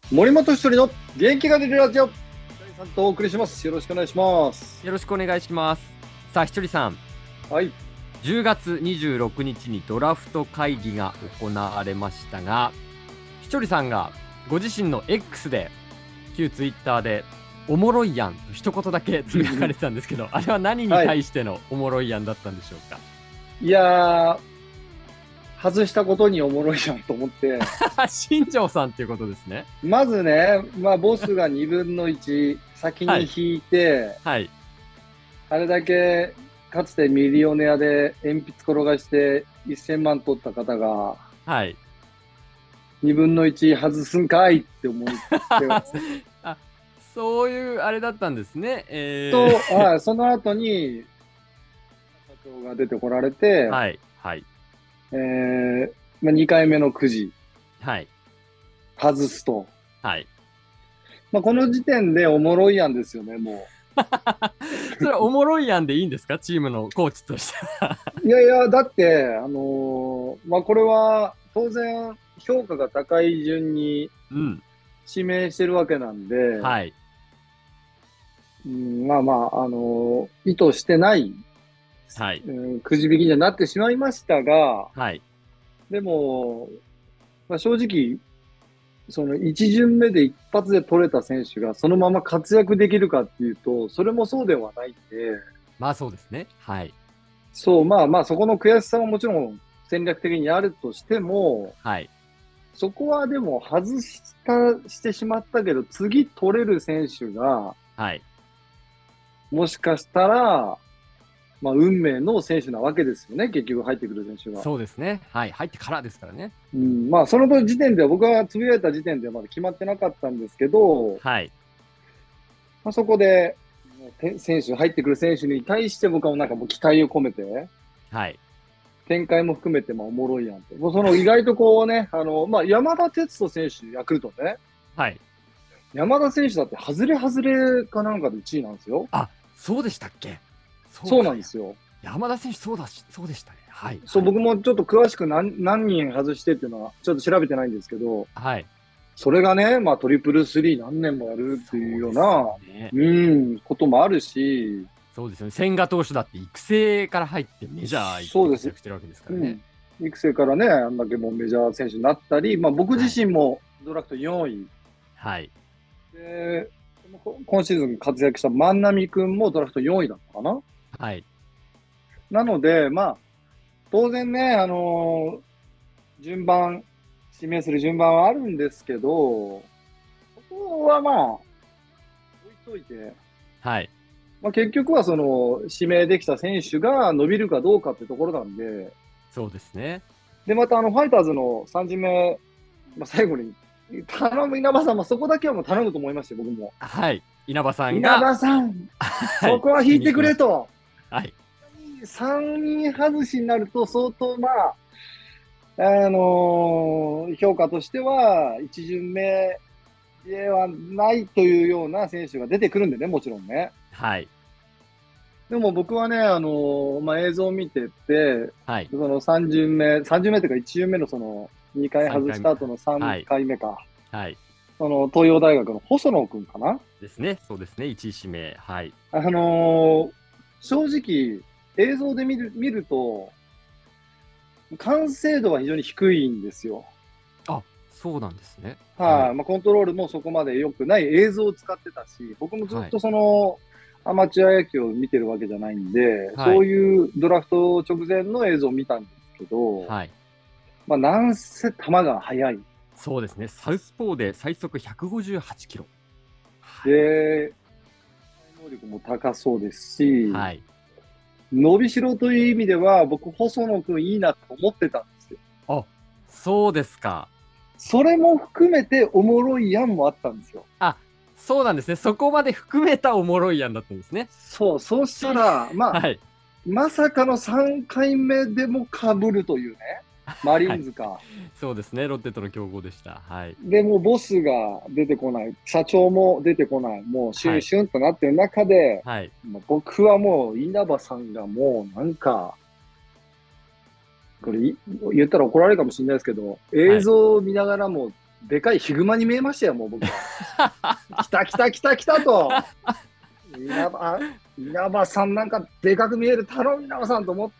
森本一人の元気が出るラジオ、さんとお送りします。よろしくお願いします。 よろしくお願いします。さあ、ひとりさん、 はい。 10月26日にドラフト会議が行われましたが、ひとりさんがご自身の X で、旧 Twitter で、おもろいやんと一言だけつぶやかれてたんですけど、あれは何に対してのおもろいやんだったんでしょうか。 いやー、外したことにおもろいじゃんと思って、 新庄さんっていうことですね。 まずね、ボスが2分の1先に引いて、 はい。 あれだけかつてミリオネアで鉛筆転がして1000万取った方が、 はい。 2分の1外すんかいって思って、 あ、そういうあれだったんですね。 その後に、社長が出てこられて、 はい。はい。 2回目のくじはい。 外すと。 はい。 この時点でおもろいやんですよね、もそれはおもろいやんでいいんですか、チームのコーチとしては。 う。いやいや、だって、これは当然評価が高い順にうん。 指名してるわけなんで、 はい。 意図してない、 はい。 くじ引きにはなってしまいましたが、 はい。 でも、正直、その一巡目で一発で取れた選手がそのまま活躍できるかっていうと、それもそうではないんで、 まあそうですね。はい。 そう、そこの悔しさももちろん戦略的にあるとしても、 はい。 そこはでもしてしまったけど、次取れる選手が、 はい。 もしかしたら、運命の選手なわけですよね、結局入ってくる選手が。 そうですね。はい。入ってからですからね。 うん、その時点では、僕がつぶやいた時点ではまだ決まってなかったんですけど、 はい。 そこで、入ってくる選手に対して僕はなんかもう期待を込めて、 はい。 展開も含めておもろいやんと。もうその意外とこうね、山田哲人選手、ヤクルトね。 はい。 山田選手だって外れかなんかで1位なんですよ。 あ、そうでしたっけ。そうそうか。 なんですよ。 山田選手、そうでしたね。はい。 そう、 はい。 僕もちょっと詳しく何人外してっていうのはちょっと調べてないんですけど、 はい。 それがね、トリプルスリー何年もやるっていうようそうですな、 よね。 こともあるし、 そうですよね。千賀投手だって育成から入ってメジャー行ってそうです。 活躍してるわけですからね。 うん。育成からね、あんだけもうメジャー選手になったり、僕はい。 自身もドラフト4位。 はい。 で、今シーズン活躍した万波君もドラフト4位だったかな。 はい。 なので、当然ね、順番、指名する順番はあるんですけど、そこは置いといて、 はい。 結局はその、指名できた選手が伸びるかどうかってところなんで、 そうですね。 で、またファイターズの3巡目、最後に、頼む稲葉さんもそこだけはもう頼むと思いましたよ、僕も。 はい。稲葉さん稲が、 葉さん、 はい。 そこは引き引いてに行きました。 くれと。 はい。 3人外しになると相当評価としては、1巡目ではないというような選手が出てくるんでね、もちろんね。 はい。 でも僕はね、映像を見てて、 はい。 その3巡目というか1巡目のその2回 3回目。 外した後の3 はい。 回目か。 はい。 その東洋大学の細野くんかな。 ですね。そうですね。1位指名。はい。 あのー正直、映像で見ると、完成度は非常に低いんですよ。 あ、そうなんですね。はい。 はい、コントロールもそこまで良くない映像を使ってたし、僕もずっはい。 とその、アマチュア野球を見てるわけじゃないんで、そうはい。 いうドラフト直前の映像を見たんですけど、 はい。 なんせ球が速い。 そうですね。サウスポーで最速158キロ。はい。 で、能力も高そうですし、 はい。 伸びしろという意味では、僕、細野くんいいなと思ってたんですよ。 あ、そうですか。 それも含めておもろいやんもあったんですよ。 あ、そうなんですね。そこまで含めたおもろいやんだったんですね。 そうしたら、 はい。 まさかの3回目でも被るというね。マリはい。 ーンズか。 そうですね。ロッテとの競合でした。はい。 で、もうボスが出てこない。社長も出てこない。もうシュはい。 ンシュンとなってる中で、 はい。 もう僕はもう稲葉さんがもうなんか、これ言ったら怒られるかもしれないですけど、映はい。 像を見ながらもでかいヒグマに見えましたよ、もう僕は。来た来た来た来たと。稲葉さんなんかでかく見える、頼む稲葉さんと思って、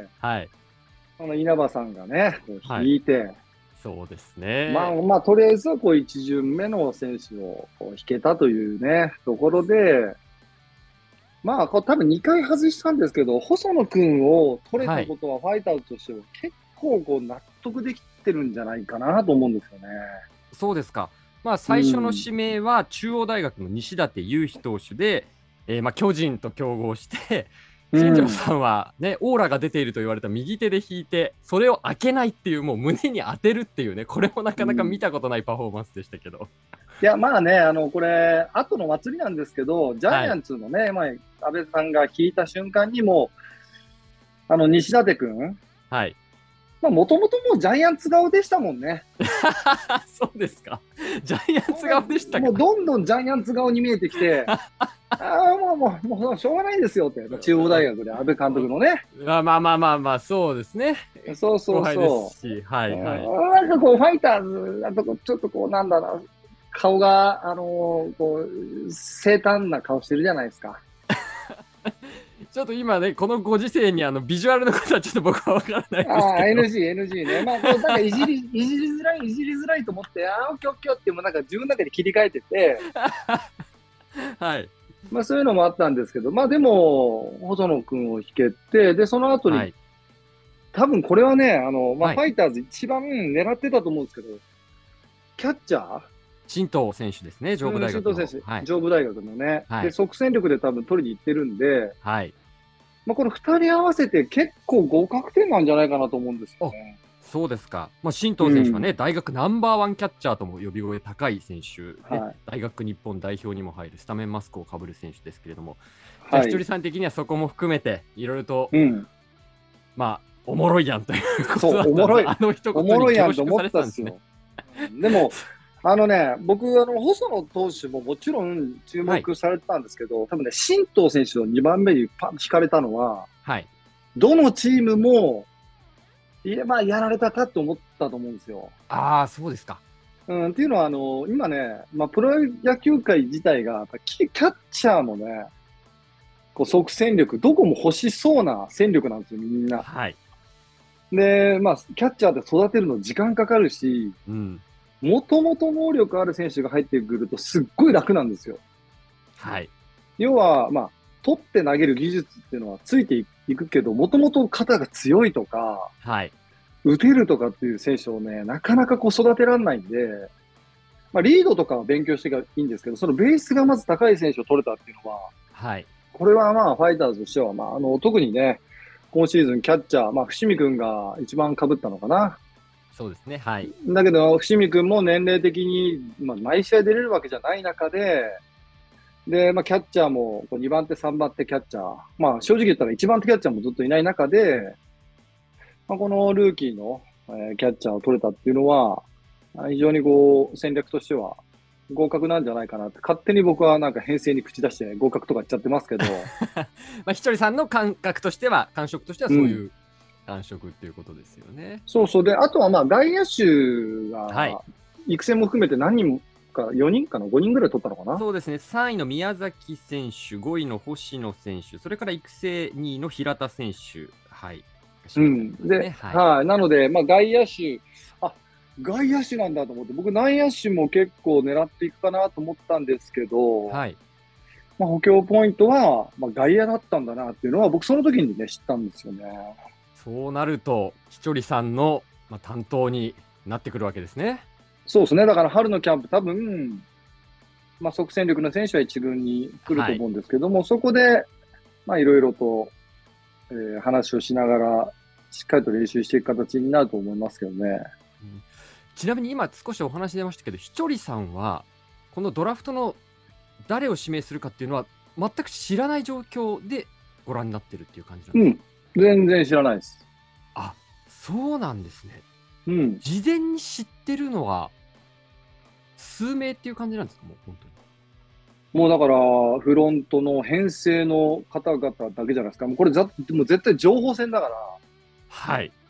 はい。 この稲葉さんがね、こう引いて、 そうですね。 まあ、とりあえずはこう一巡目の選手をこう引けたというね、ところで、まあ、こう多分2回外したんですけど、細野君を取れたことはファイターズとしては結構こう納得できてるんじゃないかなと思うんですよね。 そうですか。まあ、最初の指名は中央大学の西舘勇陽投手で、まあ、巨人と競合して、新庄さんは、ね、オーラが出ていると言われた右手で引いて、それを開けないっていう、もう胸に当てるっていうね、これもなかなか見たことないパフォーマンスでしたけど。 いや、まあね、これ、後の祭りなんですけど、ジャイアンツのね、まあ、安倍さんが引いた瞬間にも、西舘君、 はい。 まあ、もともともうジャイアンツ顔でしたもんね。 そうですか。ジャイアンツ顔でしたか。 もうどんどんジャイアンツ顔に見えてきて、もうしょうがないですよって、中央大学で安倍監督のね。 まあ、そうですね。 そうそうそう。 はいはい。 なんかこう、ファイターズだとちょっとこう、なんだろう、顔が、こう、清淡な顔してるじゃないですか。 ちょっと今ね、このご時世にビジュアルのことはちょっと僕は分からないですけど。 NG ね。まあ、なんかいじりづらいと思って、オッケーオッケーってもなんか自分の中で切り替えてて、 はい。 まあそういうのもあったんですけど、まあでも、細野君を引けて、で、その後に、 はい、 多分これはね、まあ、 はい、 ファイターズ一番狙ってたと思うんですけど、キャッチャー新藤選手ですね、上武大学の。 新藤選手、 はい、 上武大学のね、 はい、 で、即戦力で多分取りに行ってるんで、 はい。 まあこの2人合わせて結構合格点なんじゃないかなと思うんですよね。 そうですか。まあ、新藤選手はね、大学ナンバーワンキャッチャーとも呼び声高い選手で、 はい、 大学日本代表にも入るスタメンマスクをかぶる選手ですけれども、 はい、 じゃあ、ひとりさん的にはそこも含めて、いろいろと、まあ、おもろいやんということだったんです。 おもろい。 一言おもろいに凝やんと思っ縮されてたんですね。 たっすよ。でも、僕、細野投手ももちろん注目されてたんですけど、多分ね、新藤選手の2番目にパンと引かれたのは、 はい。 どのチームも、まあ、やられたかと思ったと思うんですよ。 ああ、そうですか。 っていうのは、今ね、まあ、プロ野球界自体が、キャッチャーのね、こう即戦力、どこも欲しそうな戦力なんですよ、みんな。 はい。 で、まあ、キャッチャーで育てるの時間かかるし、もともと能力ある選手が入ってくるとすっごい楽なんですよ。 はい。 要は、まあ、取って投げる技術っていうのはついていくけど、もともと肩が強いとか、 はい。 打てるとかっていう選手をね、なかなかこう育てられないんで、まあ、リードとかは勉強してがいいんですけど、そのベースがまず高い選手を取れたっていうのは、 はい。 これはまあ、ファイターズとしては、まあ、特にね、今シーズンキャッチャー、まあ、伏見君が一番被ったのかな。 そうですね。はい。 だけど、伏見君も年齢的に、まあ、毎試合出れるわけじゃない中で、で、まあ、キャッチャーも2番手、3番手キャッチャー、まあ、正直言ったら1番手キャッチャーもずっといない中で、まあ、このルーキーの、キャッチャーを取れたっていうのは、非常にこう、戦略としては合格なんじゃないかなって、勝手に僕はなんか編成に口出して合格とか言っちゃってますけど。 まあ、ひとりさんの感覚としては、感触としてはそういう感触っていうことですよね。 そうそう。で、あとはまあ、外野手が、育成も含めて何人か、4人かな、5人ぐらい取ったのかな。 そうですね。3位の宮崎選手、5位の星野選手、それから育成2位の平田選手。はい。 で、はい。なので、まあ、外野手なんだと思って、僕、内野手も結構狙っていくかなと思ったんですけど、 はい。 まあ、補強ポイントは、まあ、外野だったんだなっていうのは、僕、その時にね、知ったんですよね。 そうなると、ひとりさんの、まあ、担当になってくるわけですね。 そうですね。だから、春のキャンプ、多分、まあ、即戦力の選手は一軍に来ると思うんですけども、そこで、まあ、いろいろと、話をしながら、しっかりと練習していく形になると思いますけどね。 ちなみに今少しお話出ましたけど、ひとりさんはこのドラフトの誰を指名するかっていうのは全く知らない状況でご覧になってるっていう感じなんですか？ 全然知らないです。 あ、そうなんですね。 事前に知ってるのは数名っていう感じなんですか？もう本当に。 もうだから、フロントの編成の方々だけじゃないですか。もうこれもう絶対情報戦だから。 はい。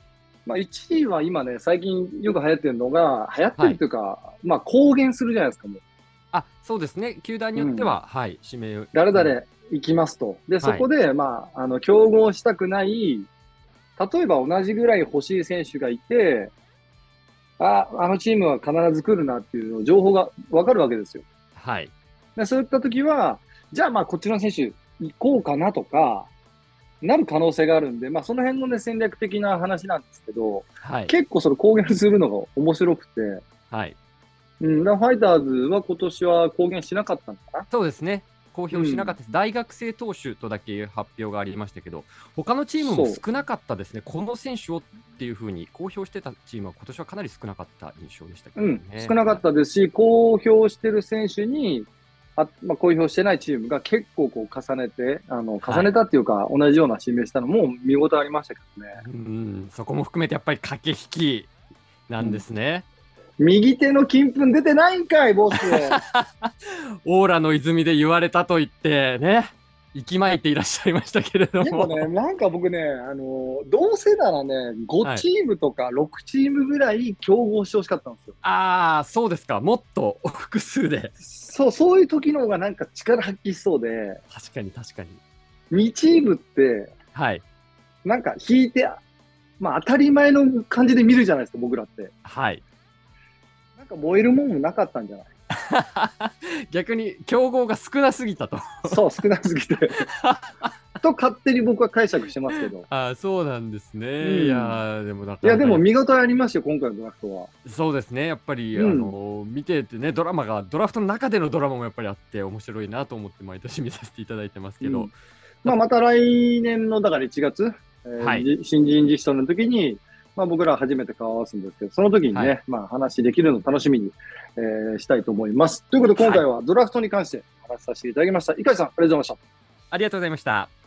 まあ、1位は今ね、最近よく流行ってるのが、流行ってるというか、まあ、公言するじゃないですか、もう。 あ、そうですね。球団によっては、はい、指名。 誰々行きますと。で、そこで、まあ、競合したくない、例えば同じぐらい欲しい選手がいて、あのチームは必ず来るなっていうの情報がわかるわけですよ。 はい。 でそういった時は、じゃあまあこっちの選手行こうかなとか、なる可能性があるんで、まあその辺のね、戦略的な話なんですけど、 はい。 結構それ公言するのが面白くて、 はい。 うん、だからファイターズは今年は公言しなかったのかな。 そうですね。公表しなかったです。大学生投手とだけ発表がありましたけど、他のチームも少なかったですね。この選手をっていうふうに公表してたチームは今年はかなり少なかった印象でしたけどね。 少なかったですし、公表してる選手に、まあ、公表してないチームが結構こう重ねて、重ねたっていうか、同じような指名したのも見事ありましたけどね。 そこも含めてやっぱり駆け引きなんですね。 右手の金粉出てないんかい、ボス。 オーラの泉で言われたと言ってね、息巻いていらっしゃいましたけれども。 でもね、なんか僕ね、どうせならね、5チームとか6チームぐらい競合してほしかったんですよ。 ああ、そうですか。もっと複数で。 そういう時の方がなんか力発揮しそうで、 確かに確かに。 2チームって、 はい。 なんか引いて、まあ当たり前の感じで見るじゃないですか、僕らって。 はい。 なんか燃えるもんもなかったんじゃない逆に競合が少なすぎたと。 そう、少なすぎて。と勝手に僕は解釈してますけど。 あ、そうなんですね。いやでもいや、でも見事ありましたよ、今回のドラフトは。 そうですね。やっぱり、見ててね、ドラフトの中でのドラマもやっぱりあって面白いなと思って毎年見させていただいてますけど。 まあ、また来年の、だから1月、新人実装の時に、まあ、僕ら初めて顔を合わすんですけど、その時にね、まあ、話できるのを楽しみに、したいと思います。ということで、今回はドラフトに関して話させていただきました。碇さん、ありがとうございました。 ありがとうございました。